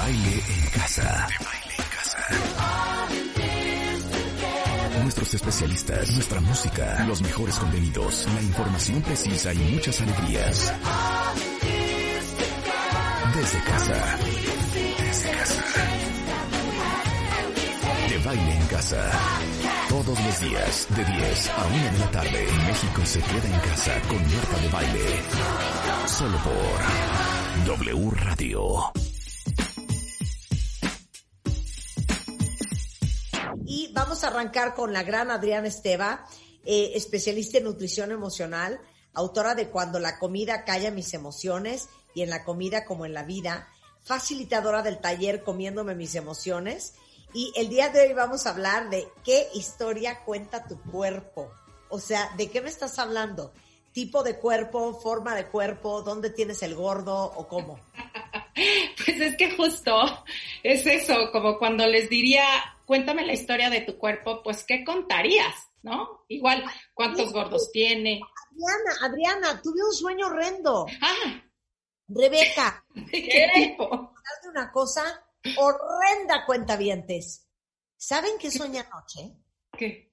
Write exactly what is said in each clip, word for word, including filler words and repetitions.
Baile en Casa. De Baile en Casa. Nuestros especialistas, nuestra música, los mejores contenidos, la información precisa y muchas alegrías. Desde casa. Desde casa. De Baile en Casa. Todos los días, de diez a una de la tarde, México se queda en casa con Marta de Baile. Solo por W Radio. Y vamos a arrancar con la gran Adriana Esteva, eh, especialista en nutrición emocional, autora de Cuando la comida calla mis emociones y En la comida como en la vida, facilitadora del taller Comiéndome mis emociones. Y el día de hoy vamos a hablar de qué historia cuenta tu cuerpo. O sea, ¿de qué me estás hablando? ¿Tipo de cuerpo, forma de cuerpo, dónde tienes el gordo o cómo? Pues es que justo es eso, como cuando les diría, cuéntame la historia de tu cuerpo, pues ¿qué contarías? ¿No? Igual, ¿cuántos gordos tiene? Adriana, Adriana, tuve un sueño horrendo. Ah. Rebeca. ¿De qué tipo? De una cosa horrenda, cuentavientes. ¿Saben qué soñé anoche? ¿Qué?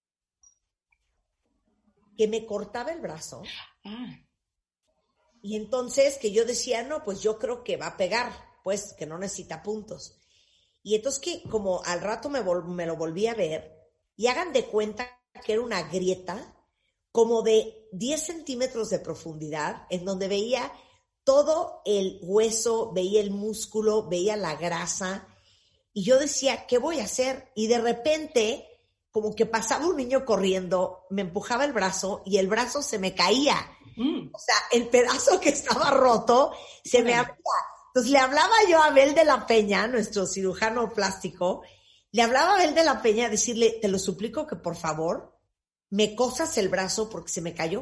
Que me cortaba el brazo. Ah. Y entonces que yo decía, no, pues yo creo que va a pegar, pues que no necesita puntos. Y entonces que como al rato me, vol- me lo volví a ver y hagan de cuenta que era una grieta como de diez centímetros de profundidad en donde veía todo el hueso, veía el músculo, veía la grasa y yo decía, ¿qué voy a hacer? Y de repente, como que pasaba un niño corriendo, me empujaba el brazo y el brazo se me caía. Mm. O sea, el pedazo que estaba roto se me abría. Entonces le hablaba yo a Abel de la Peña, nuestro cirujano plástico, le hablaba a Abel de la Peña a decirle, te lo suplico que por favor me cosas el brazo porque se me cayó.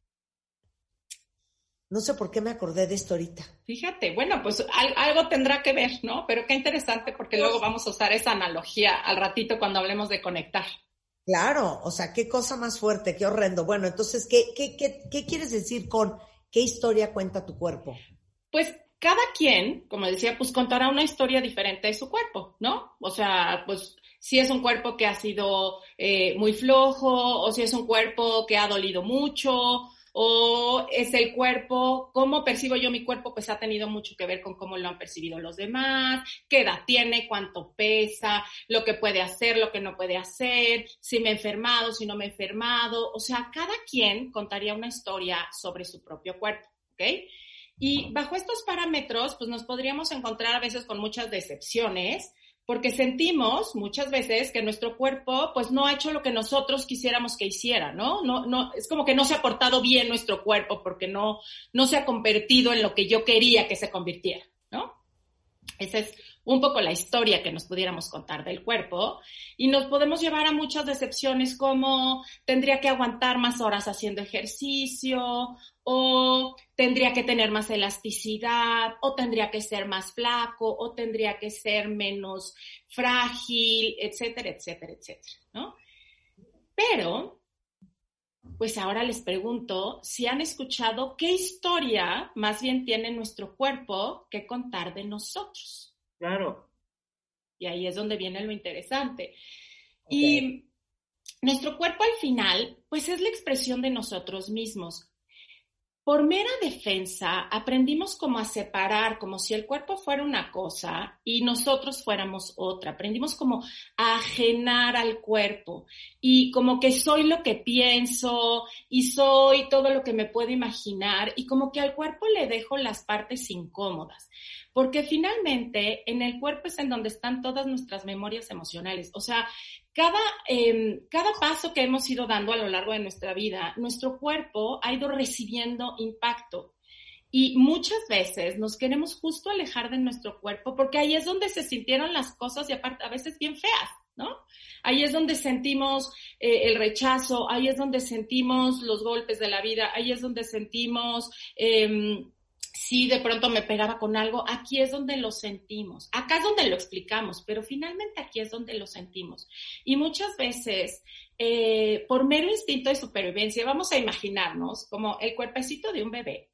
No sé por qué me acordé de esto ahorita. Fíjate, bueno, pues al, algo tendrá que ver, ¿no? Pero qué interesante porque luego vamos a usar esa analogía al ratito cuando hablemos de conectar. Claro, o sea, qué cosa más fuerte, qué horrendo. Bueno, entonces, ¿qué, qué, qué, qué quieres decir con qué historia cuenta tu cuerpo? Pues cada quien, como decía, pues contará una historia diferente de su cuerpo, ¿no? O sea, pues si es un cuerpo que ha sido eh, muy flojo o si es un cuerpo que ha dolido mucho o es el cuerpo, cómo percibo yo mi cuerpo, pues ha tenido mucho que ver con cómo lo han percibido los demás, qué edad tiene, cuánto pesa, lo que puede hacer, lo que no puede hacer, si me he enfermado, si no me he enfermado. O sea, cada quien contaría una historia sobre su propio cuerpo, ¿ok? Y bajo estos parámetros, pues nos podríamos encontrar a veces con muchas decepciones, porque sentimos muchas veces que nuestro cuerpo pues no ha hecho lo que nosotros quisiéramos que hiciera, ¿no? No, no, es como que no se ha portado bien nuestro cuerpo porque no, no se ha convertido en lo que yo quería que se convirtiera, ¿no? Esa es un poco la historia que nos pudiéramos contar del cuerpo y nos podemos llevar a muchas decepciones como tendría que aguantar más horas haciendo ejercicio o tendría que tener más elasticidad o tendría que ser más flaco o tendría que ser menos frágil, etcétera, etcétera, etcétera, ¿no? Pero, pues ahora les pregunto si han escuchado qué historia más bien tiene nuestro cuerpo que contar de nosotros. Claro. Y ahí es donde viene lo interesante. Okay. Y nuestro cuerpo al final, pues es la expresión de nosotros mismos. Por mera defensa, aprendimos como a separar, como si el cuerpo fuera una cosa y nosotros fuéramos otra. Aprendimos como a ajenar al cuerpo y como que soy lo que pienso y soy todo lo que me puedo imaginar y como que al cuerpo le dejo las partes incómodas. Porque finalmente en el cuerpo es en donde están todas nuestras memorias emocionales. O sea, cada, eh, cada paso que hemos ido dando a lo largo de nuestra vida, nuestro cuerpo ha ido recibiendo impacto. Y muchas veces nos queremos justo alejar de nuestro cuerpo porque ahí es donde se sintieron las cosas y aparte a veces bien feas, ¿no? Ahí es donde sentimos eh, el rechazo, ahí es donde sentimos los golpes de la vida, ahí es donde sentimos... Eh, si de pronto me pegaba con algo, aquí es donde lo sentimos. Acá es donde lo explicamos, pero finalmente aquí es donde lo sentimos. Y muchas veces, eh, por mero instinto de supervivencia, vamos a imaginarnos como el cuerpecito de un bebé.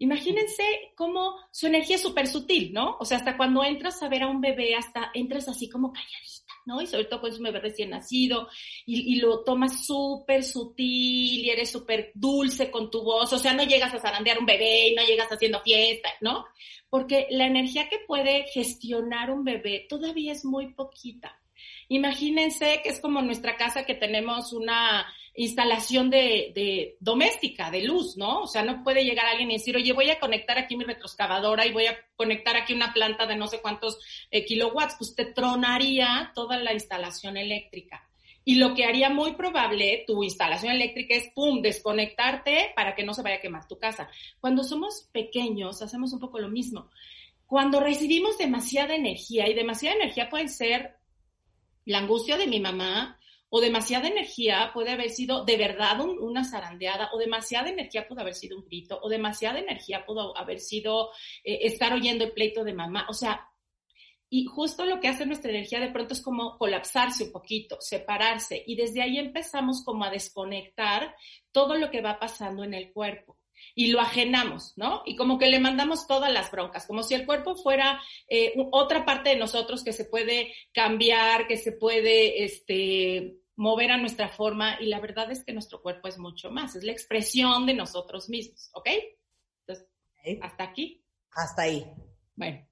Imagínense cómo su energía es súper sutil, ¿no? O sea, hasta cuando entras a ver a un bebé, hasta entras así como calladita, ¿no? Y sobre todo cuando es un bebé recién nacido y, y lo tomas súper sutil y eres súper dulce con tu voz. O sea, no llegas a zarandear un bebé y no llegas haciendo fiesta, ¿no? Porque la energía que puede gestionar un bebé todavía es muy poquita. Imagínense que es como nuestra casa, que tenemos una instalación de, de doméstica, de luz, ¿no? O sea, no puede llegar alguien y decir, oye, voy a conectar aquí mi retroexcavadora y voy a conectar aquí una planta de no sé cuántos eh, kilowatts. Pues te tronaría toda la instalación eléctrica. Y lo que haría muy probable tu instalación eléctrica es, pum, desconectarte para que no se vaya a quemar tu casa. Cuando somos pequeños, hacemos un poco lo mismo. Cuando recibimos demasiada energía, y demasiada energía puede ser la angustia de mi mamá, o demasiada energía puede haber sido de verdad un, una zarandeada, o demasiada energía pudo haber sido un grito, o demasiada energía pudo haber sido eh, estar oyendo el pleito de mamá. O sea, y justo lo que hace nuestra energía de pronto es como colapsarse un poquito, separarse, y desde ahí empezamos como a desconectar todo lo que va pasando en el cuerpo. Y lo ajenamos, ¿no? Y como que le mandamos todas las broncas, como si el cuerpo fuera eh, otra parte de nosotros que se puede cambiar, que se puede este, mover a nuestra forma, y la verdad es que nuestro cuerpo es mucho más, es la expresión de nosotros mismos, ¿ok? Entonces, ¿okay? ¿Hasta aquí? Hasta ahí. Bueno,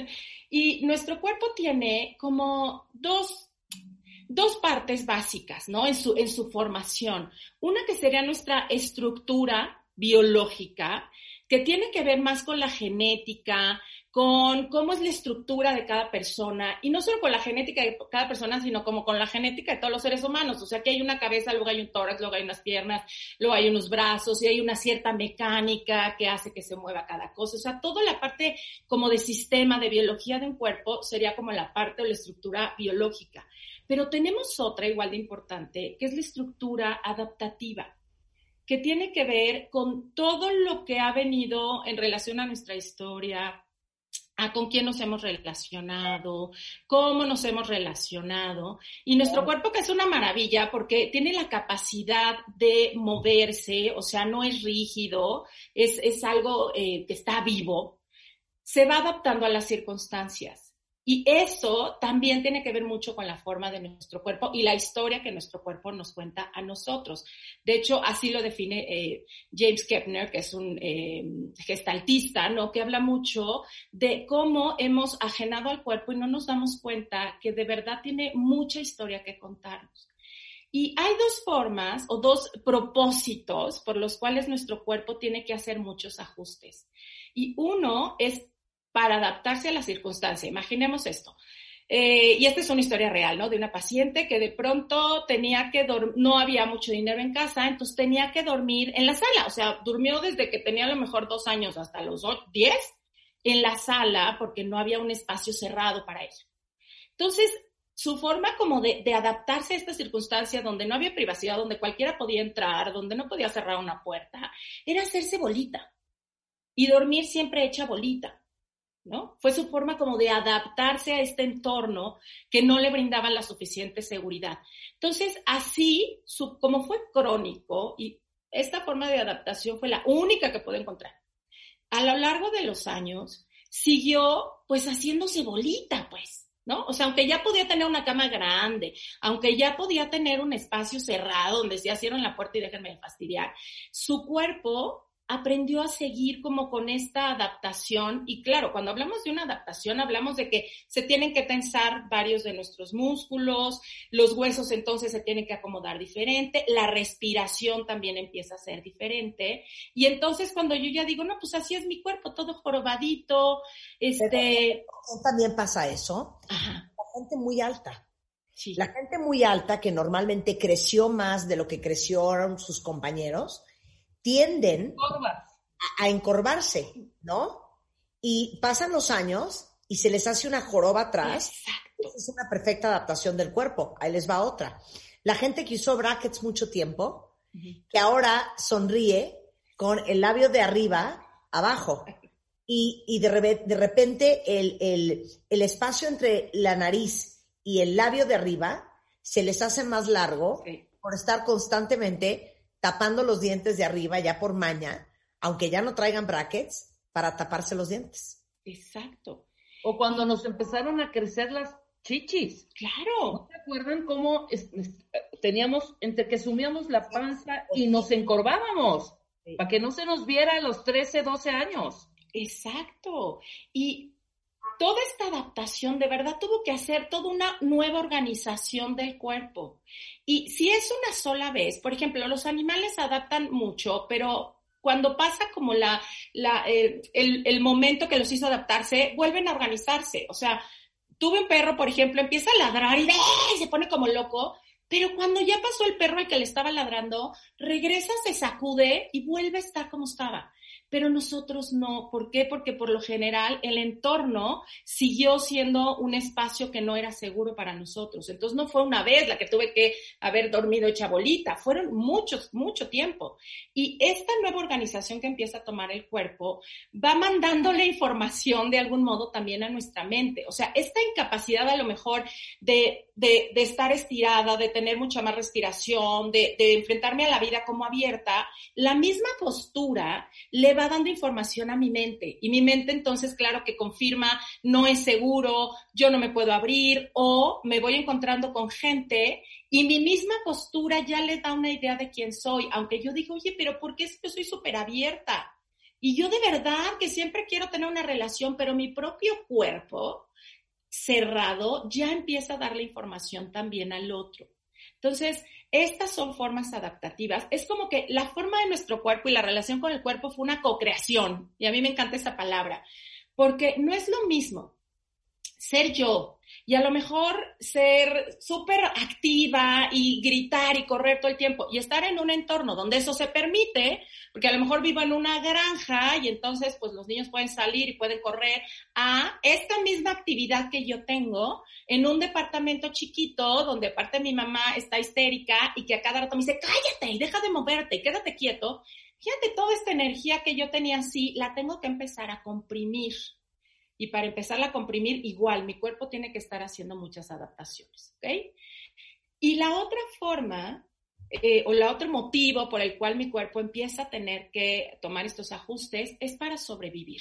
y nuestro cuerpo tiene como dos, dos partes básicas, ¿no? En su, en su formación. Una que sería nuestra estructura biológica, que tiene que ver más con la genética, con cómo es la estructura de cada persona, y no solo con la genética de cada persona, sino como con la genética de todos los seres humanos. O sea, que hay una cabeza, luego hay un tórax, luego hay unas piernas, luego hay unos brazos, y hay una cierta mecánica que hace que se mueva cada cosa. O sea, toda la parte como de sistema, de biología de un cuerpo, sería como la parte o la estructura biológica. Pero tenemos otra igual de importante, que es la estructura adaptativa, que tiene que ver con todo lo que ha venido en relación a nuestra historia, a con quién nos hemos relacionado, cómo nos hemos relacionado. Y nuestro cuerpo, que es una maravilla porque tiene la capacidad de moverse, o sea, no es rígido, es, es algo eh, que está vivo, se va adaptando a las circunstancias. Y eso también tiene que ver mucho con la forma de nuestro cuerpo y la historia que nuestro cuerpo nos cuenta a nosotros. De hecho, así lo define eh, James Kepner, que es un eh, gestaltista, ¿no? Que habla mucho de cómo hemos ajenado al cuerpo y no nos damos cuenta que de verdad tiene mucha historia que contarnos. Y hay dos formas o dos propósitos por los cuales nuestro cuerpo tiene que hacer muchos ajustes. Y uno es para adaptarse a la circunstancia. Imaginemos esto. Eh, y esta es una historia real, ¿no? De una paciente que de pronto tenía que dormir, no había mucho dinero en casa, entonces tenía que dormir en la sala. O sea, durmió desde que tenía a lo mejor dos años hasta los diez en la sala porque no había un espacio cerrado para ella. Entonces, su forma como de, de adaptarse a esta circunstancia donde no había privacidad, donde cualquiera podía entrar, donde no podía cerrar una puerta, era hacerse bolita y dormir siempre hecha bolita, ¿no? Fue su forma como de adaptarse a este entorno que no le brindaba la suficiente seguridad. Entonces, así, su, como fue crónico, y esta forma de adaptación fue la única que pude encontrar, a lo largo de los años, siguió, pues, haciéndose bolita, pues, ¿no? O sea, aunque ya podía tener una cama grande, aunque ya podía tener un espacio cerrado donde se cierran la puerta y déjenme de fastidiar, su cuerpo aprendió a seguir como con esta adaptación. Y claro, cuando hablamos de una adaptación, hablamos de que se tienen que tensar varios de nuestros músculos, los huesos entonces se tienen que acomodar diferente, la respiración también empieza a ser diferente. Y entonces cuando yo ya digo, no, pues así es mi cuerpo, todo jorobadito, este... Pero también pasa eso. Ajá. La gente muy alta. Sí. La gente muy alta, que normalmente creció más de lo que crecieron sus compañeros, tienden a, a encorvarse, ¿no? Y pasan los años y se les hace una joroba atrás. Exacto. Es una perfecta adaptación del cuerpo. Ahí les va otra. La gente que usó brackets mucho tiempo, uh-huh, que ahora sonríe con el labio de arriba abajo. Y, y de, re, de repente el, el, el espacio entre la nariz y el labio de arriba se les hace más largo, sí, por estar constantemente tapando los dientes de arriba ya por maña, aunque ya no traigan brackets, para taparse los dientes. Exacto. O cuando nos empezaron a crecer las chichis. Claro. ¿No se acuerdan cómo es, es, teníamos, entre que sumíamos la panza y nos encorvábamos? Sí. Para que no se nos viera a los trece, doce años. Exacto. Y toda esta adaptación de verdad tuvo que hacer toda una nueva organización del cuerpo. Y si es una sola vez, por ejemplo, los animales se adaptan mucho, pero cuando pasa como la, la, eh, el, el momento que los hizo adaptarse, vuelven a organizarse. O sea, tuve un perro, por ejemplo, empieza a ladrar y ¡eh! Se pone como loco, pero cuando ya pasó el perro al que le estaba ladrando, regresa, se sacude y vuelve a estar como estaba. Pero nosotros no. ¿Por qué? Porque por lo general el entorno siguió siendo un espacio que no era seguro para nosotros. Entonces no fue una vez la que tuve que haber dormido hecha bolita, fueron muchos, mucho tiempo. Y esta nueva organización que empieza a tomar el cuerpo va mandando la información de algún modo también a nuestra mente. O sea, esta incapacidad a lo mejor de, de, de estar estirada, de tener mucha más respiración, de, de enfrentarme a la vida como abierta, la misma postura le va dando información a mi mente y mi mente entonces claro que confirma, no es seguro, yo no me puedo abrir o me voy encontrando con gente y mi misma postura ya le da una idea de quién soy, aunque yo digo, oye, pero ¿por qué es que soy súper abierta? Y yo de verdad que siempre quiero tener una relación, pero mi propio cuerpo cerrado ya empieza a darle información también al otro. Entonces, estas son formas adaptativas. Es como que la forma de nuestro cuerpo y la relación con el cuerpo fue una co-creación. Y a mí me encanta esa palabra. Porque no es lo mismo ser yo y a lo mejor ser súper activa y gritar y correr todo el tiempo y estar en un entorno donde eso se permite, porque a lo mejor vivo en una granja y entonces pues los niños pueden salir y pueden correr a esta misma actividad que yo tengo en un departamento chiquito donde aparte mi mamá está histérica y que a cada rato me dice, cállate y deja de moverte y quédate quieto. Fíjate, toda esta energía que yo tenía así, la tengo que empezar a comprimir. Y para empezarla a comprimir, igual, mi cuerpo tiene que estar haciendo muchas adaptaciones, ¿ok? Y la otra forma, eh, o el otro motivo por el cual mi cuerpo empieza a tener que tomar estos ajustes es para sobrevivir.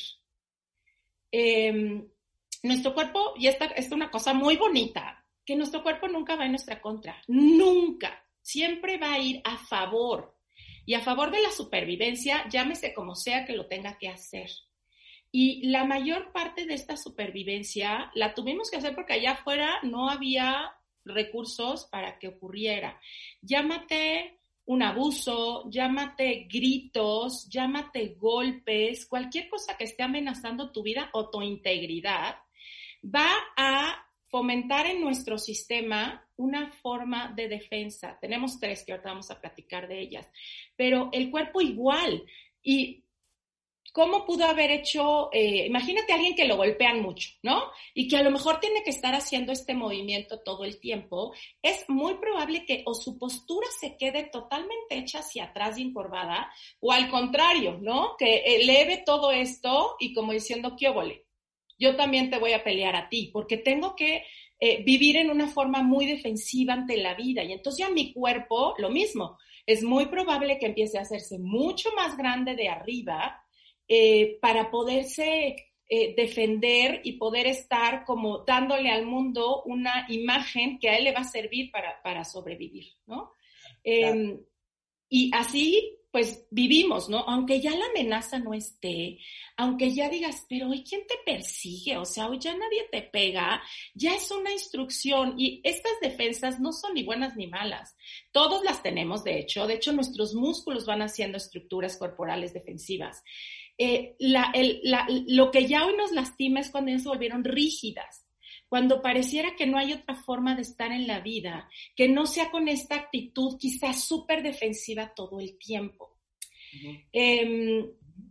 Eh, nuestro cuerpo, y esta es una cosa muy bonita, que nuestro cuerpo nunca va en nuestra contra, nunca, siempre va a ir a favor, y a favor de la supervivencia, llámese como sea que lo tenga que hacer. Y la mayor parte de esta supervivencia la tuvimos que hacer porque allá afuera no había recursos para que ocurriera. Llámate un abuso, llámate gritos, llámate golpes, cualquier cosa que esté amenazando tu vida o tu integridad, va a fomentar en nuestro sistema una forma de defensa. Tenemos tres que ahorita vamos a platicar de ellas, pero el cuerpo igual. Y ¿cómo pudo haber hecho, eh, imagínate a alguien que lo golpean mucho, ¿no? Y que a lo mejor tiene que estar haciendo este movimiento todo el tiempo. Es muy probable que o su postura se quede totalmente hecha hacia atrás y encorvada, o al contrario, ¿no? Que eleve todo esto y como diciendo, ¿qué óvole? Yo también te voy a pelear a ti, porque tengo que eh, vivir en una forma muy defensiva ante la vida. Y entonces ya mi cuerpo, lo mismo, es muy probable que empiece a hacerse mucho más grande de arriba, Eh, para poderse eh, defender y poder estar como dándole al mundo una imagen que a él le va a servir para, para sobrevivir, ¿no? Eh, claro. Y así, pues, vivimos, ¿no? Aunque ya la amenaza no esté, aunque ya digas, pero hoy ¿quién te persigue? O sea, hoy ya nadie te pega, ya es una instrucción y estas defensas no son ni buenas ni malas. Todos las tenemos, de hecho. De hecho, nuestros músculos van haciendo estructuras corporales defensivas. Eh, la, el, la, lo que ya hoy nos lastima es cuando ya se volvieron rígidas, cuando pareciera que no hay otra forma de estar en la vida, que no sea con esta actitud quizás súper defensiva todo el tiempo. Uh-huh. Eh,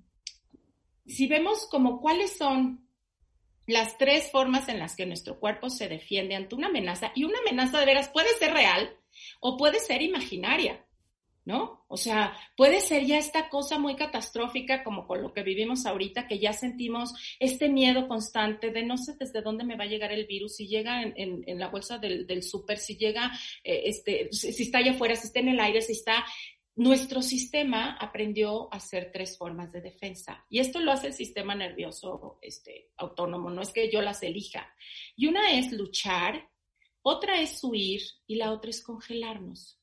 si vemos como cuáles son las tres formas en las que nuestro cuerpo se defiende ante una amenaza, y una amenaza de veras puede ser real o puede ser imaginaria, ¿no? O sea, puede ser ya esta cosa muy catastrófica como con lo que vivimos ahorita, que ya sentimos este miedo constante de no sé desde dónde me va a llegar el virus, si llega en, en, en la bolsa del, del súper, si llega, eh, este, si, si está allá afuera, si está en el aire, si está... nuestro sistema aprendió a hacer tres formas de defensa. Y esto lo hace el sistema nervioso este, autónomo, no es que yo las elija. Y una es luchar, otra es huir y la otra es congelarnos.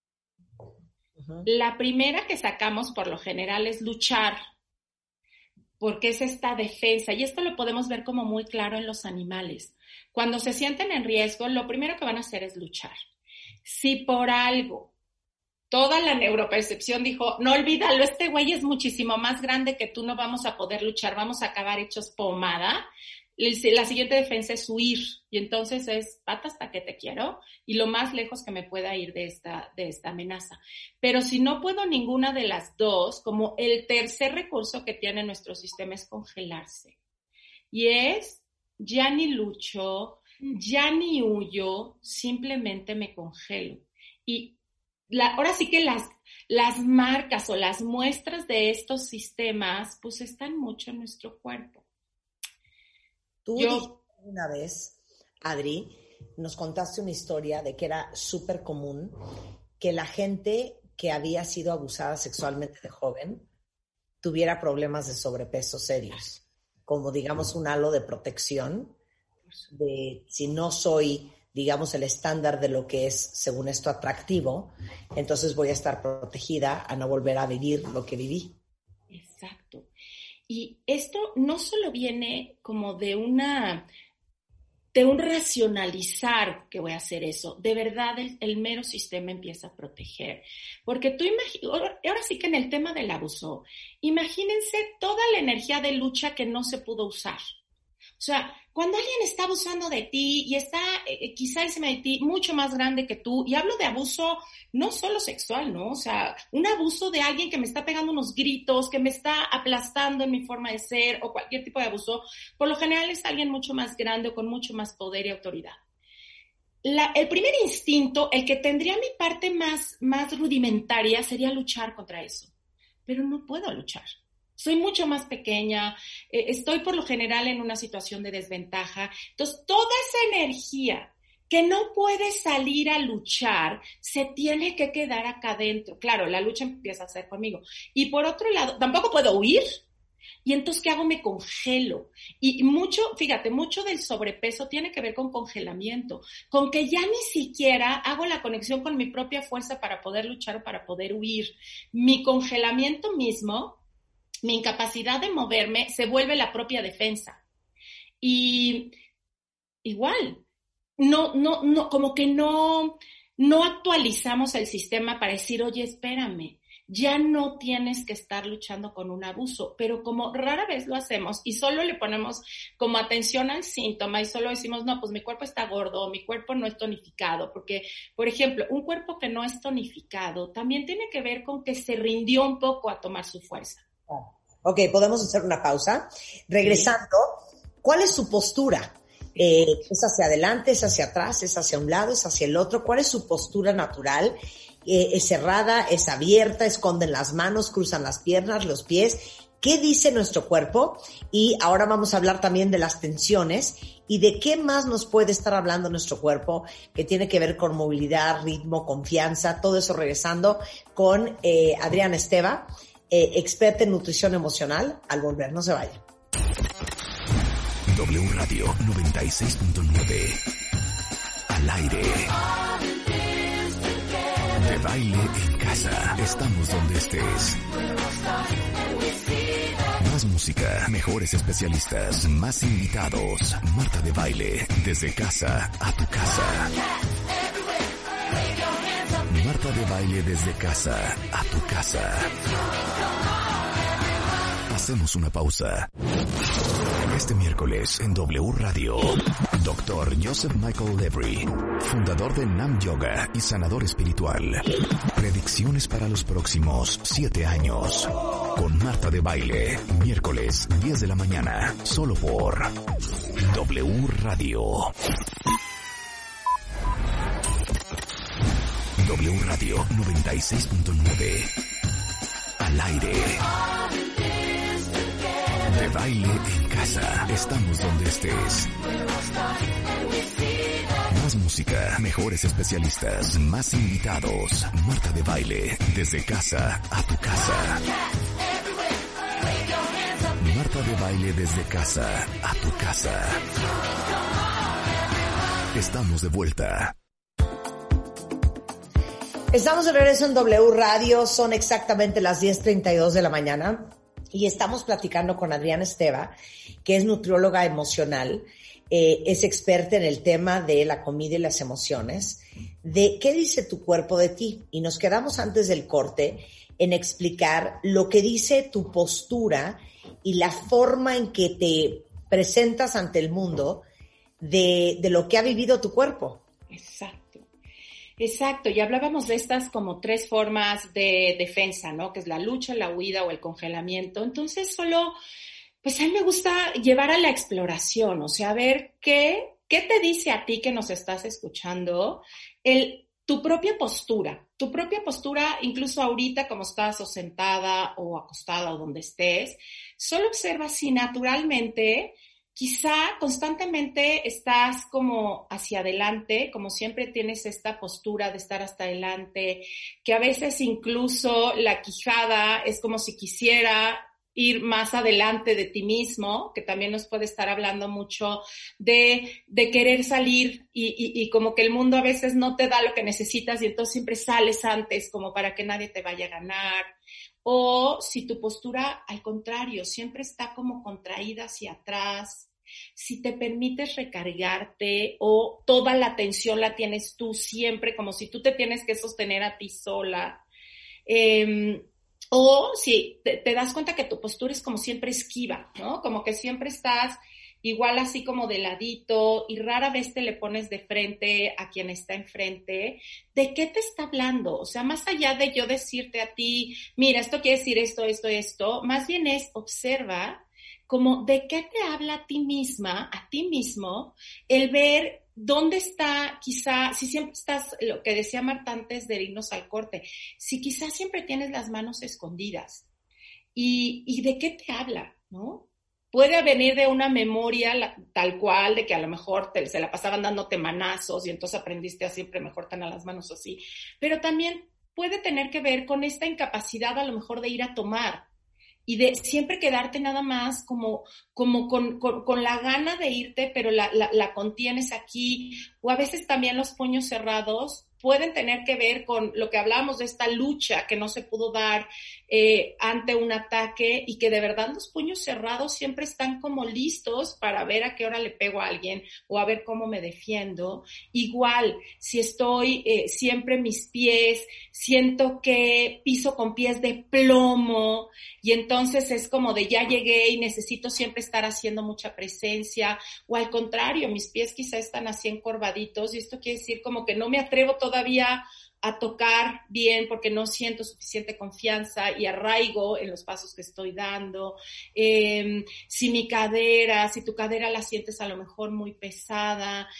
Uh-huh. La primera que sacamos por lo general es luchar, porque es esta defensa. Y esto lo podemos ver como muy claro en los animales. Cuando se sienten en riesgo, lo primero que van a hacer es luchar. Si por algo toda la neuropercepción dijo, no olvídalo, este güey es muchísimo más grande que tú, no vamos a poder luchar, vamos a acabar hechos pomada, la siguiente defensa es huir. Y entonces es pata hasta que te quiero y lo más lejos que me pueda ir de esta, de esta amenaza. Pero si no puedo ninguna de las dos, como el tercer recurso que tiene nuestro sistema es congelarse. Y es, ya ni lucho, ya ni huyo, simplemente me congelo. Y La, ahora sí que las, las marcas o las muestras de estos sistemas, pues están mucho en nuestro cuerpo. Tú Yo, dijiste una vez, Adri, nos contaste una historia de que era súper común que la gente que había sido abusada sexualmente de joven tuviera problemas de sobrepeso serios, como digamos un halo de protección, de si no soy, digamos, el estándar de lo que es, según esto, atractivo, entonces voy a estar protegida a no volver a vivir lo que viví. Exacto. Y esto no solo viene como de una, de un racionalizar que voy a hacer eso. De verdad, el, el mero sistema empieza a proteger. Porque tú imaginas, ahora sí que en el tema del abuso, imagínense toda la energía de lucha que no se pudo usar. O sea, cuando alguien está abusando de ti y está eh, quizá encima de ti mucho más grande que tú, y hablo de abuso no solo sexual, ¿no? O sea, un abuso de alguien que me está pegando unos gritos, que me está aplastando en mi forma de ser o cualquier tipo de abuso, por lo general es alguien mucho más grande o con mucho más poder y autoridad. La, el primer instinto, el que tendría mi parte más, más rudimentaria, sería luchar contra eso. Pero no puedo luchar. Soy mucho más pequeña, eh, estoy por lo general en una situación de desventaja. Entonces, toda esa energía que no puede salir a luchar se tiene que quedar acá adentro. Claro, la lucha empieza a ser conmigo. Y por otro lado, tampoco puedo huir. Y entonces, ¿qué hago? Me congelo. Y mucho, fíjate, mucho del sobrepeso tiene que ver con congelamiento, con que ya ni siquiera hago la conexión con mi propia fuerza para poder luchar o para poder huir. Mi congelamiento mismo, mi incapacidad de moverme, se vuelve la propia defensa. Y igual, no, no, no, como que no, no actualizamos el sistema para decir, oye, espérame, ya no tienes que estar luchando con un abuso, pero como rara vez lo hacemos y solo le ponemos como atención al síntoma y solo decimos, no, pues mi cuerpo está gordo, mi cuerpo no es tonificado, porque, por ejemplo, un cuerpo que no es tonificado también tiene que ver con que se rindió un poco a tomar su fuerza. Ok, podemos hacer una pausa. Regresando, ¿cuál es su postura? Eh, ¿Es hacia adelante, es hacia atrás, es hacia un lado, es hacia el otro? ¿Cuál es su postura natural? Eh, ¿Es cerrada, es abierta, esconden las manos, cruzan las piernas, los pies? ¿Qué dice nuestro cuerpo? Y ahora vamos a hablar también de las tensiones y de qué más nos puede estar hablando nuestro cuerpo, que tiene que ver con movilidad, ritmo, confianza, todo eso regresando con eh, Adriana Esteva, eh, experta en nutrición emocional. Al volver, no se vaya. W Radio noventa y seis punto nueve. Al aire. De baile en casa. Estamos donde estés. Más música, mejores especialistas, más invitados. Marta de Baile, desde casa a tu casa. Marta de Baile desde casa a tu casa. Hacemos una pausa. Este miércoles en W Radio, doctor Joseph Michael Levry, fundador de Nam Yoga y sanador espiritual. Predicciones para los próximos siete años. Con Marta de Baile, miércoles diez de la mañana, solo por W Radio. W Radio noventa y seis punto nueve. Al aire. De baile en casa. Estamos donde estés. Más música, mejores especialistas, más invitados. Marta de Baile, desde casa a tu casa. Marta de Baile desde casa a tu casa. Estamos de vuelta. Estamos de regreso en W Radio, son exactamente las diez treinta y dos de la mañana y estamos platicando con Adriana Esteva, que es nutrióloga emocional, eh, es experta en el tema de la comida y las emociones, de qué dice tu cuerpo de ti. Y nos quedamos antes del corte en explicar lo que dice tu postura y la forma en que te presentas ante el mundo de, de lo que ha vivido tu cuerpo. Exacto. Exacto, y hablábamos de estas como tres formas de defensa, ¿no? Que es la lucha, la huida o el congelamiento. Entonces, solo, pues a mí me gusta llevar a la exploración, o sea, ver qué, qué te dice a ti que nos estás escuchando, el, tu propia postura, tu propia postura, incluso ahorita como estás o sentada o acostada o donde estés, solo observa si naturalmente quizá constantemente estás como hacia adelante, como siempre tienes esta postura de estar hasta adelante, que a veces incluso la quijada es como si quisiera ir más adelante de ti mismo, que también nos puede estar hablando mucho de, de querer salir y, y, y como que el mundo a veces no te da lo que necesitas y entonces siempre sales antes como para que nadie te vaya a ganar. O si tu postura, al contrario, siempre está como contraída hacia atrás, si te permites recargarte o toda la atención la tienes tú siempre, como si tú te tienes que sostener a ti sola. Eh, o si te, te das cuenta que tu postura es como siempre esquiva, ¿no? Como que siempre estás igual así como de ladito y rara vez te le pones de frente a quien está enfrente. ¿De qué te está hablando? O sea, más allá de yo decirte a ti, mira, esto quiere decir esto, esto, esto, más bien es observa como de qué te habla a ti misma, a ti mismo, el ver dónde está quizá, si siempre estás, lo que decía Marta antes de irnos al corte, si quizás siempre tienes las manos escondidas y, y de qué te habla, ¿no? Puede venir de una memoria la, tal cual, de que a lo mejor te, se la pasaban dándote manazos y entonces aprendiste a siempre mejor tener las manos así, pero también puede tener que ver con esta incapacidad a lo mejor de ir a tomar, y de siempre quedarte nada más como, como con, con, con la gana de irte, pero la, la, la contienes aquí, o a veces también los puños cerrados pueden tener que ver con lo que hablábamos de esta lucha que no se pudo dar eh, ante un ataque y que de verdad los puños cerrados siempre están como listos para ver a qué hora le pego a alguien o a ver cómo me defiendo. Igual, si estoy eh, siempre mis pies, siento que piso con pies de plomo y entonces es como de ya llegué y necesito siempre estar haciendo mucha presencia, o al contrario, mis pies quizá están así encorvaditos y esto quiere decir como que no me atrevo todavía a tocar bien porque no siento suficiente confianza y arraigo en los pasos que estoy dando. Eh, si mi cadera, si tu cadera la sientes a lo mejor muy pesada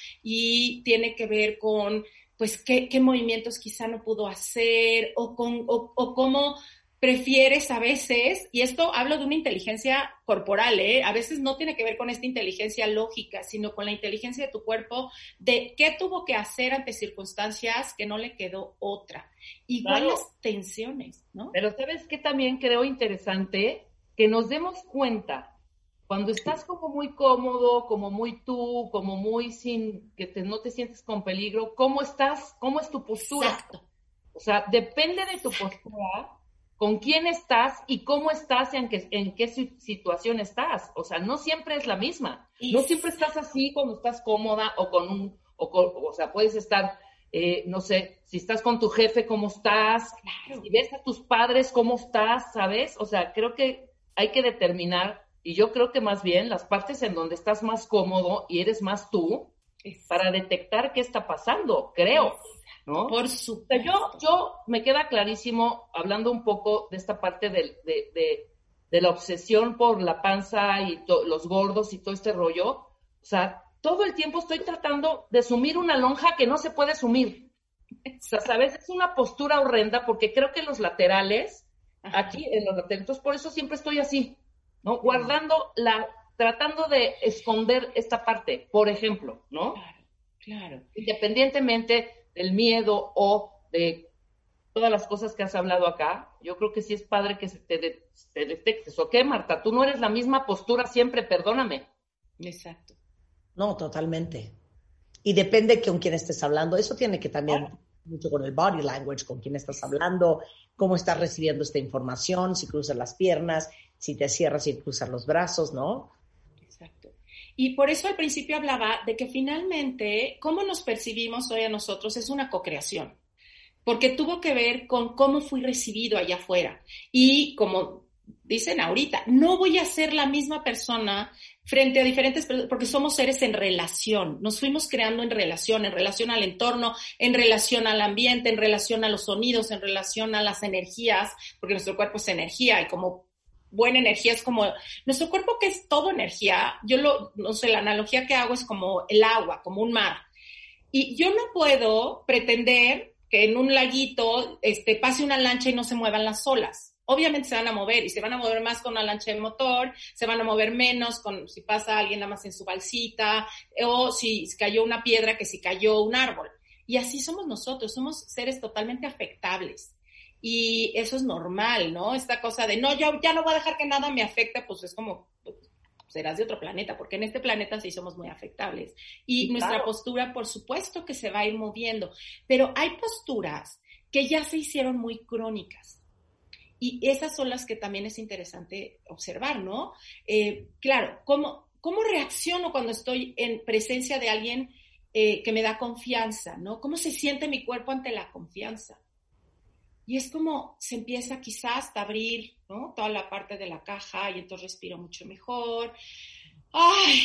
y tiene que ver con pues qué, qué movimientos quizá no pudo hacer o, con, o, o cómo prefieres a veces, y esto hablo de una inteligencia corporal, ¿eh? A veces no tiene que ver con esta inteligencia lógica, sino con la inteligencia de tu cuerpo, de qué tuvo que hacer ante circunstancias que no le quedó otra. Igual claro. Las tensiones, ¿no? Pero ¿sabes qué también creo interesante? Que nos demos cuenta, cuando estás como muy cómodo, como muy tú, como muy sin, que te, no te sientes con peligro, ¿cómo estás? ¿Cómo es tu postura? Exacto. O sea, depende de tu postura, con quién estás y cómo estás y en qué, en qué situación estás. O sea, no siempre es la misma. No siempre estás así cuando estás cómoda o con un, o, con, o sea, puedes estar, eh, no sé, si estás con tu jefe, ¿cómo estás? Claro. Si ves a tus padres, ¿cómo estás? ¿Sabes? O sea, creo que hay que determinar, y yo creo que más bien las partes en donde estás más cómodo y eres más tú, es para detectar qué está pasando, creo. ¿No? Por supuesto. Yo, yo me queda clarísimo, hablando un poco de esta parte de, de, de, de la obsesión por la panza y to, los gordos y todo este rollo. O sea, todo el tiempo estoy tratando de sumir una lonja que no se puede sumir. O sea, ¿sabes? Es una postura horrenda porque creo que los laterales, aquí en los laterales, entonces por eso siempre estoy así, ¿no? Guardando la, tratando de esconder esta parte, por ejemplo, ¿no? Claro. Claro. Independientemente del miedo o de todas las cosas que has hablado acá, yo creo que sí es padre que se te, de, te detectes. ¿O qué, Marta? Tú no eres la misma postura siempre, perdóname. Exacto. No, totalmente. Y depende con quién estés hablando. Eso tiene que también Ah. mucho con el body language, con quién estás hablando, cómo estás recibiendo esta información, si cruzas las piernas, si te cierras y cruzas los brazos, ¿no? Exacto. Y por eso al principio hablaba de que finalmente cómo nos percibimos hoy a nosotros es una cocreación, porque tuvo que ver con cómo fui recibido allá afuera. Y como dicen ahorita, no voy a ser la misma persona frente a diferentes personas, porque somos seres en relación, nos fuimos creando en relación, en relación al entorno, en relación al ambiente, en relación a los sonidos, en relación a las energías, porque nuestro cuerpo es energía y como buena energía es como, nuestro cuerpo que es todo energía, yo lo, no sé, la analogía que hago es como el agua, como un mar. Y yo no puedo pretender que en un laguito este, pase una lancha y no se muevan las olas. Obviamente se van a mover y se van a mover más con una lancha de motor, se van a mover menos con si pasa alguien nada más en su balsita o si cayó una piedra que si cayó un árbol. Y así somos nosotros, somos seres totalmente afectables. Y eso es normal, ¿no? Esta cosa de, no, yo ya no voy a dejar que nada me afecte, pues es como, pues, serás de otro planeta, porque en este planeta sí somos muy afectables. Y sí, nuestra claro. postura, por supuesto que se va a ir moviendo, pero hay posturas que ya se hicieron muy crónicas. Y esas son las que también es interesante observar, ¿no? Eh, claro, ¿cómo, ¿cómo reacciono cuando estoy en presencia de alguien eh, que me da confianza, ¿no? ¿Cómo se siente mi cuerpo ante la confianza? Y es como se empieza quizás a abrir, ¿no? Toda la parte de la caja y entonces respiro mucho mejor. ¡Ay!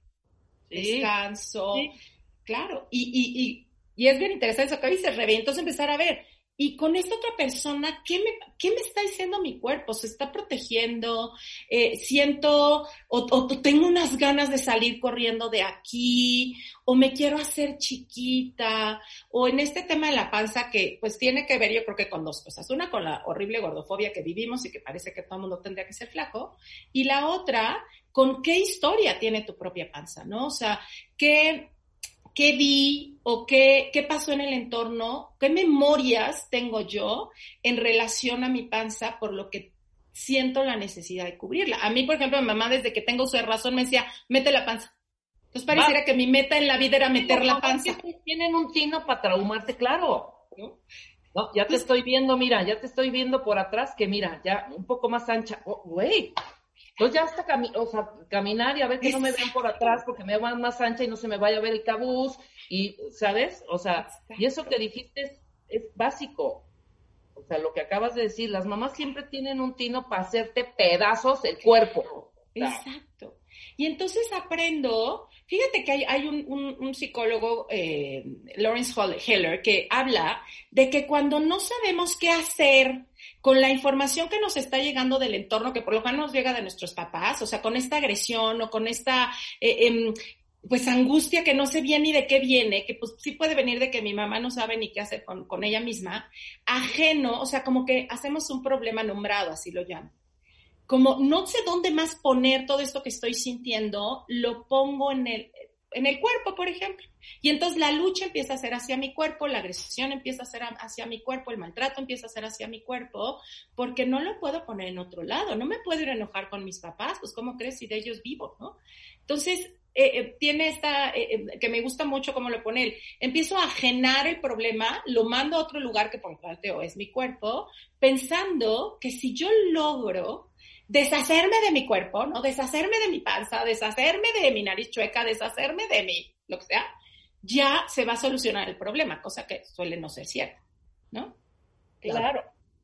Sí. Descanso. Sí. Claro. Y, y, y, y es bien interesante eso que dices, Rebe. Entonces empezar a ver, y con esta otra persona, ¿qué me, qué me está diciendo mi cuerpo? ¿Se está protegiendo? Eh, ¿Siento o, o tengo unas ganas de salir corriendo de aquí? ¿O me quiero hacer chiquita? O en este tema de la panza que pues tiene que ver yo creo que con dos cosas. Una con la horrible gordofobia que vivimos y que parece que todo el mundo tendría que ser flaco. Y la otra, con qué historia tiene tu propia panza, ¿no? O sea, qué... ¿Qué vi o qué, qué pasó en el entorno? ¿Qué memorias tengo yo en relación a mi panza por lo que siento la necesidad de cubrirla? A mí, por ejemplo, mi mamá desde que tengo uso de razón me decía, mete la panza. Entonces pareciera Va. que mi meta en la vida era meter la panza. Tienen un tino para traumarte, claro. ¿No? No, ya te pues, estoy viendo, mira, ya te estoy viendo por atrás que mira, ya un poco más ancha. Güey. Oh, Entonces ya hasta cami- o sea, caminar y a ver que no me vean por atrás porque me van más ancha y no se me vaya a ver el cabuz y, ¿sabes? O sea, Exacto. y eso que dijiste es, es básico. O sea, lo que acabas de decir, las mamás siempre tienen un tino para hacerte pedazos el cuerpo. Exacto. Y entonces aprendo, fíjate que hay, hay un, un, un psicólogo, eh, Lawrence Heller, que habla de que cuando no sabemos qué hacer con la información que nos está llegando del entorno, que por lo general nos llega de nuestros papás, o sea, con esta agresión o con esta eh, eh, pues angustia que no sé bien ni de qué viene, que pues sí puede venir de que mi mamá no sabe ni qué hacer con, con ella misma, ajeno, o sea, como que hacemos un problema nombrado, así lo llamo. Como no sé dónde más poner todo esto que estoy sintiendo, lo pongo en el, en el cuerpo, por ejemplo. Y entonces la lucha empieza a ser hacia mi cuerpo, la agresión empieza a ser hacia mi cuerpo, el maltrato empieza a ser hacia mi cuerpo, porque no lo puedo poner en otro lado. No me puedo ir a enojar con mis papás, pues ¿cómo crees si de ellos vivo, no? Entonces, eh, eh, tiene esta, eh, eh, que me gusta mucho cómo lo pone él. Empiezo a ajenar el problema, lo mando a otro lugar que por planteo es mi cuerpo, pensando que si yo logro deshacerme de mi cuerpo, ¿no? Deshacerme de mi panza, deshacerme de mi nariz chueca, deshacerme de mi, lo que sea, ya se va a solucionar el problema, cosa que suele no ser cierta, ¿no? Claro.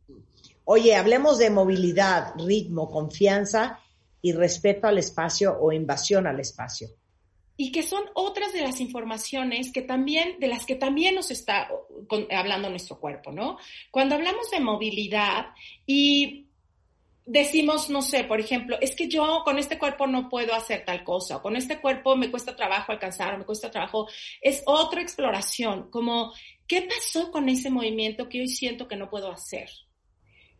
Oye, hablemos de movilidad, ritmo, confianza y respeto al espacio o invasión al espacio. Y que son otras de las informaciones que también, de las que también nos está hablando nuestro cuerpo, ¿no? Cuando hablamos de movilidad y decimos, no sé, por ejemplo, es que yo con este cuerpo no puedo hacer tal cosa, o con este cuerpo me cuesta trabajo alcanzar, o me cuesta trabajo, es otra exploración, como, ¿qué pasó con ese movimiento que hoy siento que no puedo hacer?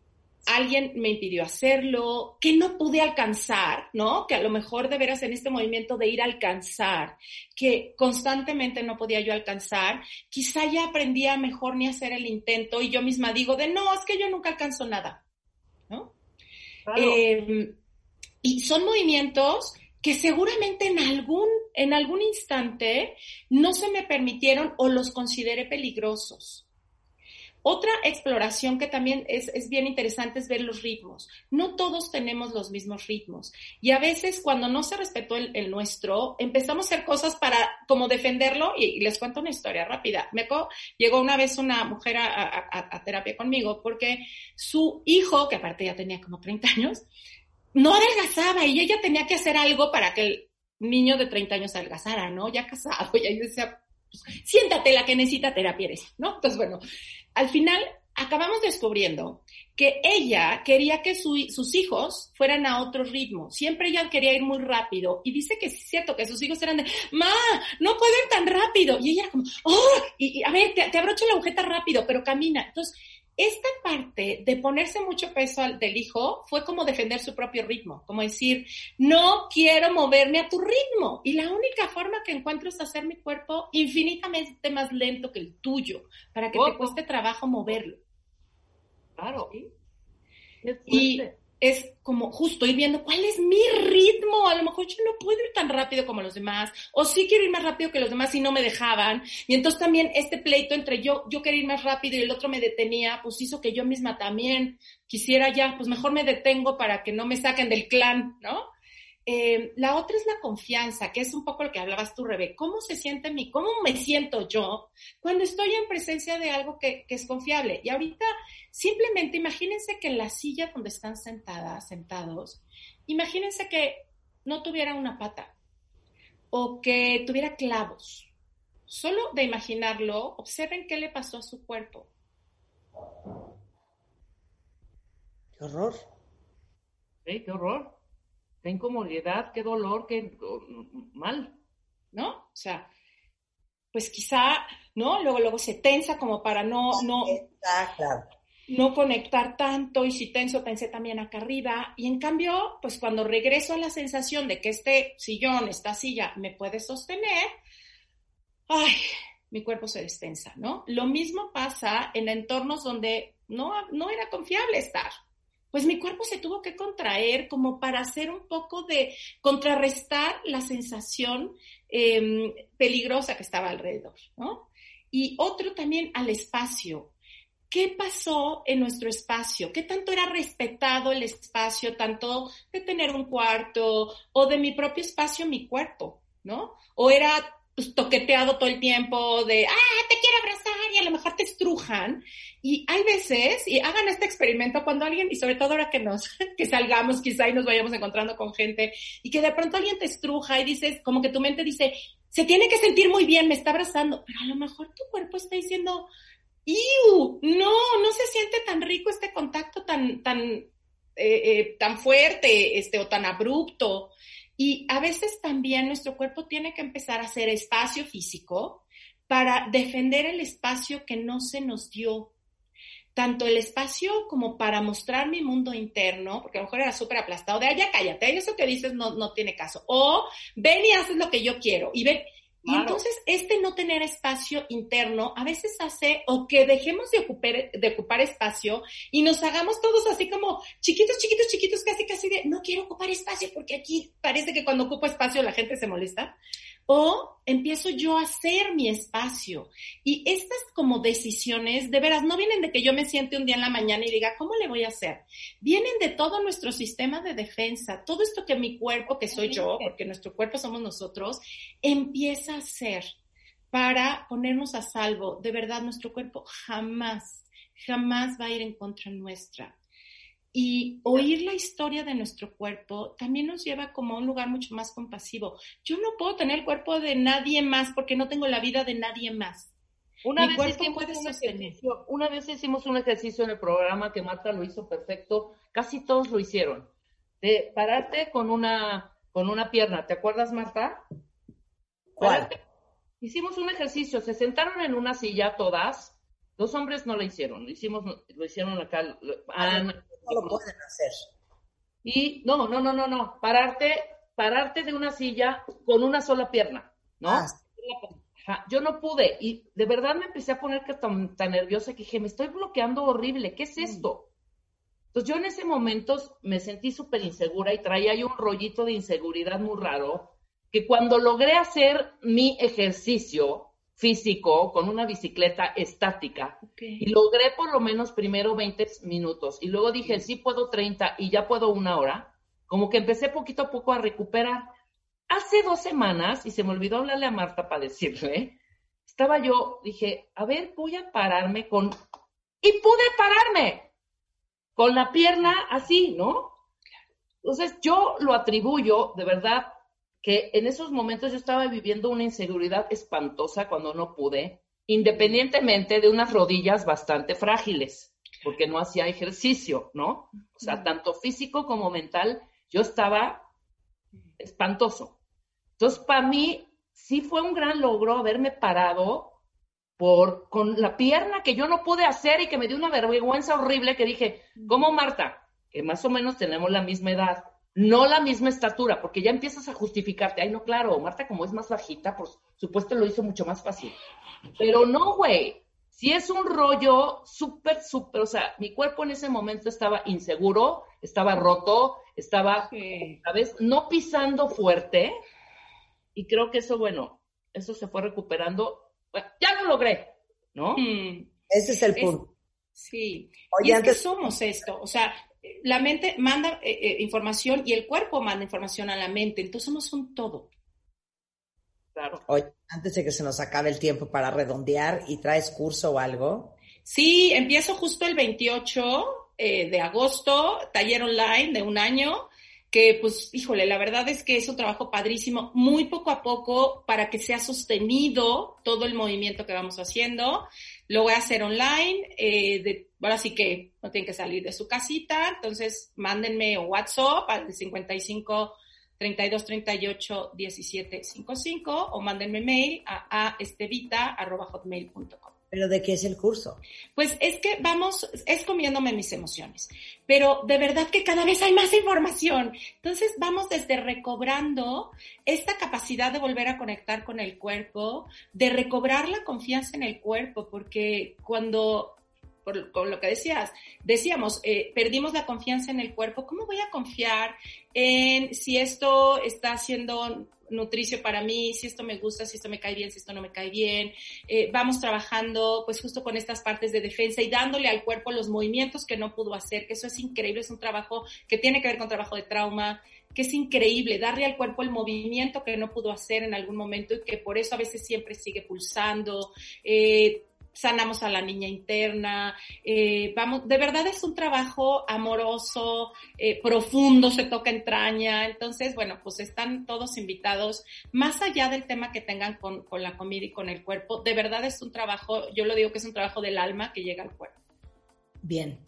alguien me impidió hacerlo, que no pude alcanzar, ¿no? Que a lo mejor de veras en este movimiento de ir a alcanzar, que constantemente no podía yo alcanzar, quizá ya aprendí a mejor ni hacer el intento y yo misma digo de no, es que yo nunca alcanzo nada, ¿no? Claro. Eh, y son movimientos que seguramente en algún, en algún instante no se me permitieron o los consideré peligrosos. Otra exploración que también es, es bien interesante es ver los ritmos. No todos tenemos los mismos ritmos. Y a veces cuando no se respetó el, el nuestro, empezamos a hacer cosas para como defenderlo. Y, y les cuento una historia rápida. Me acuerdo, llegó una vez una mujer a, a, a, a terapia conmigo porque su hijo, que aparte ya tenía como treinta años, no adelgazaba y ella tenía que hacer algo para que el niño de treinta años adelgazara, ¿no? Ya casado. Y ahí decía, pues, siéntate, la que necesita terapia eres, ¿no? Entonces, bueno, al final acabamos descubriendo que ella quería que su, sus hijos fueran a otro ritmo. Siempre ella quería ir muy rápido. Y dice que es cierto, que sus hijos eran de, ma, no puedo ir tan rápido. Y ella era como, oh, y, y a ver, te, te abrocho la agujeta rápido, pero camina. Entonces, esta parte de ponerse mucho peso al, del hijo fue como defender su propio ritmo, como decir, no quiero moverme a tu ritmo y la única forma que encuentro es hacer mi cuerpo infinitamente más lento que el tuyo, para que oh, te cueste trabajo moverlo. Claro. ¿Sí? Y es como justo ir viendo cuál es mi ritmo. A lo mejor yo no puedo ir tan rápido como los demás, o sí quiero ir más rápido que los demás y no me dejaban. Y entonces también este pleito entre yo, yo quería ir más rápido y el otro me detenía, pues hizo que yo misma también quisiera ya, pues mejor me detengo para que no me saquen del clan, ¿no? Eh, la otra es la confianza, que es un poco lo que hablabas tú, Rebe. ¿Cómo se siente mí? ¿Cómo me siento yo cuando estoy en presencia de algo que, que es confiable? Y ahorita, simplemente imagínense que en la silla donde están sentadas, sentados, imagínense que no tuviera una pata o que tuviera clavos. Solo de imaginarlo, observen qué le pasó a su cuerpo. ¡Qué horror! Sí, qué horror. Qué incomodidad, qué dolor, qué mal, ¿no? O sea, pues quizá, ¿no? Luego, luego se tensa como para no, no, ah, claro. no conectar tanto, y si tenso, pensé también acá arriba. Y en cambio, pues cuando regreso a la sensación de que este sillón, esta silla, me puede sostener, ay, mi cuerpo se destensa, ¿no? Lo mismo pasa en entornos donde no, no era confiable estar. Pues mi cuerpo se tuvo que contraer como para hacer un poco de contrarrestar la sensación eh, peligrosa que estaba alrededor, ¿no? Y otro también al espacio. ¿Qué pasó en nuestro espacio? ¿Qué tanto era respetado el espacio, tanto de tener un cuarto o de mi propio espacio, mi cuerpo, ¿no? O era pues, toqueteado todo el tiempo de, ah, te quiero abrazar, y a lo mejor te estrujan. Y hay veces, y hagan este experimento cuando alguien, y sobre todo ahora que nos, que salgamos quizá y nos vayamos encontrando con gente, y que de pronto alguien te estruja y dices, como que tu mente dice, se tiene que sentir muy bien, me está abrazando, pero a lo mejor tu cuerpo está diciendo, ¡iu! No, no se siente tan rico este contacto tan, tan, eh, eh, tan fuerte, este, o tan abrupto. Y a veces también nuestro cuerpo tiene que empezar a hacer espacio físico para defender el espacio que no se nos dio. Tanto el espacio como para mostrar mi mundo interno, porque a lo mejor era súper aplastado, de, ah, ya cállate, eso que dices no, no tiene caso. O ven y haces lo que yo quiero. Y ven, y claro. Entonces este no tener espacio interno a veces hace o que dejemos de ocupar, de ocupar espacio y nos hagamos todos así como chiquitos, chiquitos, chiquitos, casi, casi de, no quiero ocupar espacio porque aquí parece que cuando ocupo espacio la gente se molesta. O empiezo yo a hacer mi espacio. Y estas como decisiones, de veras, no vienen de que yo me siente un día en la mañana y diga, ¿cómo le voy a hacer? Vienen de todo nuestro sistema de defensa, todo esto que mi cuerpo, que soy yo, porque nuestro cuerpo somos nosotros, empieza a hacer para ponernos a salvo. De verdad, nuestro cuerpo jamás, jamás va a ir en contra nuestra. Y oír la historia de nuestro cuerpo también nos lleva como a un lugar mucho más compasivo. Yo no puedo tener el cuerpo de nadie más porque no tengo la vida de nadie más. Una Mi vez, cuerpo puede un sostener. una vez hicimos un ejercicio en el programa que Marta lo hizo perfecto, casi todos lo hicieron, de pararte con una, con una pierna. ¿Te acuerdas, Marta? ¿Cuál? Pararte. Hicimos un ejercicio, se sentaron en una silla todas, dos hombres no lo hicieron, lo hicimos, lo hicieron acá, Ana, no lo pueden hacer. Y no, no, no, no, no, pararte, pararte de una silla con una sola pierna, ¿no? Ah, sí. Ajá. Yo no pude y de verdad me empecé a poner tan, tan nerviosa que dije, me estoy bloqueando horrible, ¿qué es esto? Entonces yo en ese momento me sentí súper insegura y traía ahí un rollito de inseguridad muy raro, que cuando logré hacer mi ejercicio físico con una bicicleta estática, okay, y logré por lo menos primero veinte minutos y luego dije, sí puedo treinta y ya puedo una hora, como que empecé poquito a poco a recuperar. Hace dos semanas, y se me olvidó hablarle a Marta para decirle, estaba yo, dije, a ver, voy a pararme con... Y pude pararme con la pierna así, ¿no? Entonces yo lo atribuyo, de verdad, que en esos momentos yo estaba viviendo una inseguridad espantosa cuando no pude, independientemente de unas rodillas bastante frágiles, porque no hacía ejercicio, ¿no? O sea, tanto físico como mental, yo estaba espantoso. Entonces, para mí, sí fue un gran logro haberme parado por, con la pierna que yo no pude hacer y que me dio una vergüenza horrible que dije, ¿cómo Marta? Que más o menos tenemos la misma edad, no la misma estatura, porque ya empiezas a justificarte. Ay, no, claro, Marta como es más bajita, por supuesto lo hizo mucho más fácil. Pero no, güey, sí es un rollo súper, súper, o sea, mi cuerpo en ese momento estaba inseguro, estaba roto, estaba, sí, ¿sabes? No pisando fuerte, y creo que eso, bueno, eso se fue recuperando. Bueno, ya lo logré, ¿no? Hmm. Ese es el punto. Es, sí, Oye, y es antes... que somos esto, o sea, la mente manda eh, eh, información y el cuerpo manda información a la mente, entonces somos un todo. Claro. Oye, antes de que se nos acabe el tiempo para redondear, ¿y traes curso o algo? Sí, empiezo justo el veintiocho eh, de agosto, taller online de un año, que pues, híjole, la verdad es que es un trabajo padrísimo, muy poco a poco para que sea sostenido todo el movimiento que vamos haciendo. Lo voy a hacer online, eh, de, ahora sí que no tienen que salir de su casita, entonces mándenme un WhatsApp al cincuenta y cinco, treinta y dos, treinta y ocho, diecisiete, cincuenta y cinco o mándenme mail a aestevita arroba hotmail punto com. ¿Pero de qué es el curso? Pues es que vamos, es comiéndome mis emociones, pero de verdad que cada vez hay más información. Entonces vamos desde recobrando esta capacidad de volver a conectar con el cuerpo, de recobrar la confianza en el cuerpo, porque cuando... Por, con lo que decías, decíamos, eh, perdimos la confianza en el cuerpo. ¿Cómo voy a confiar en si esto está siendo nutricio para mí, si esto me gusta, si esto me cae bien, si esto no me cae bien? Eh, vamos trabajando pues justo con estas partes de defensa y dándole al cuerpo los movimientos que no pudo hacer, que eso es increíble, es un trabajo que tiene que ver con trabajo de trauma, que es increíble, darle al cuerpo el movimiento que no pudo hacer en algún momento y que por eso a veces siempre sigue pulsando. Eh, sanamos a la niña interna, eh, vamos, de verdad es un trabajo amoroso, eh, profundo, se toca entraña, entonces, bueno, pues están todos invitados, más allá del tema que tengan con, con la comida y con el cuerpo, de verdad es un trabajo, yo lo digo que es un trabajo del alma que llega al cuerpo. Bien.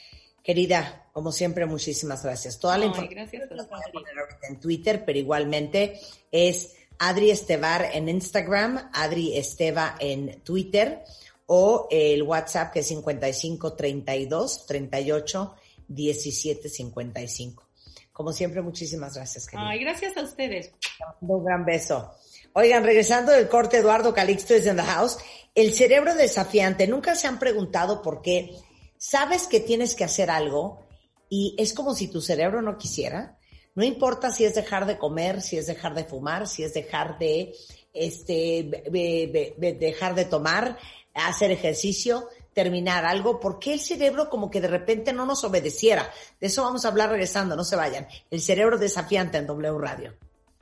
Querida, como siempre, muchísimas gracias. Toda la Ay, información gracias, la voy a poner ahorita en Twitter, pero igualmente es Adri Estevar en Instagram, Adri Esteva en Twitter, o el WhatsApp que es cincuenta y cinco, treinta y dos, treinta y ocho, diecisiete, cincuenta y cinco. Como siempre, muchísimas gracias, querida. Ay, gracias a ustedes. Un gran beso. Oigan, regresando del corte, Eduardo Calixto is in the house. El cerebro desafiante. Nunca se han preguntado por qué sabes que tienes que hacer algo y es como si tu cerebro no quisiera. No importa si es dejar de comer, si es dejar de fumar, si es dejar de, este, be, be, be, dejar de tomar, hacer ejercicio, terminar algo, ¿por qué el cerebro como que de repente no nos obedeciera? De eso vamos a hablar regresando, no se vayan. El cerebro desafiante en W Radio.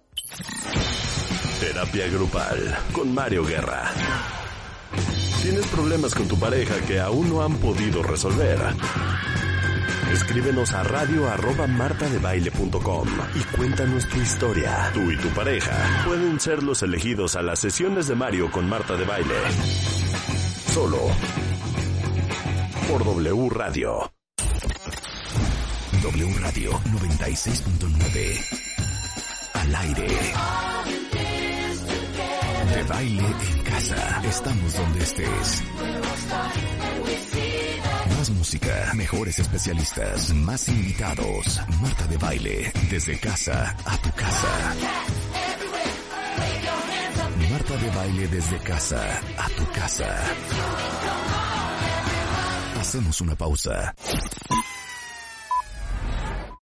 Terapia grupal con Mario Guerra. ¿Tienes problemas con tu pareja que aún no han podido resolver? Escríbenos a radio arroba martadebaile punto com y cuéntanos tu historia. Tú y tu pareja pueden ser los elegidos a las sesiones de Mario con Marta de Baile. Solo por W Radio. W Radio noventa y seis punto nueve. Al aire. De baile en casa. Estamos donde estés. Más música, mejores especialistas, más invitados. Marta de Baile, desde casa a tu casa. Marta de Baile desde casa a tu casa. Hacemos una pausa.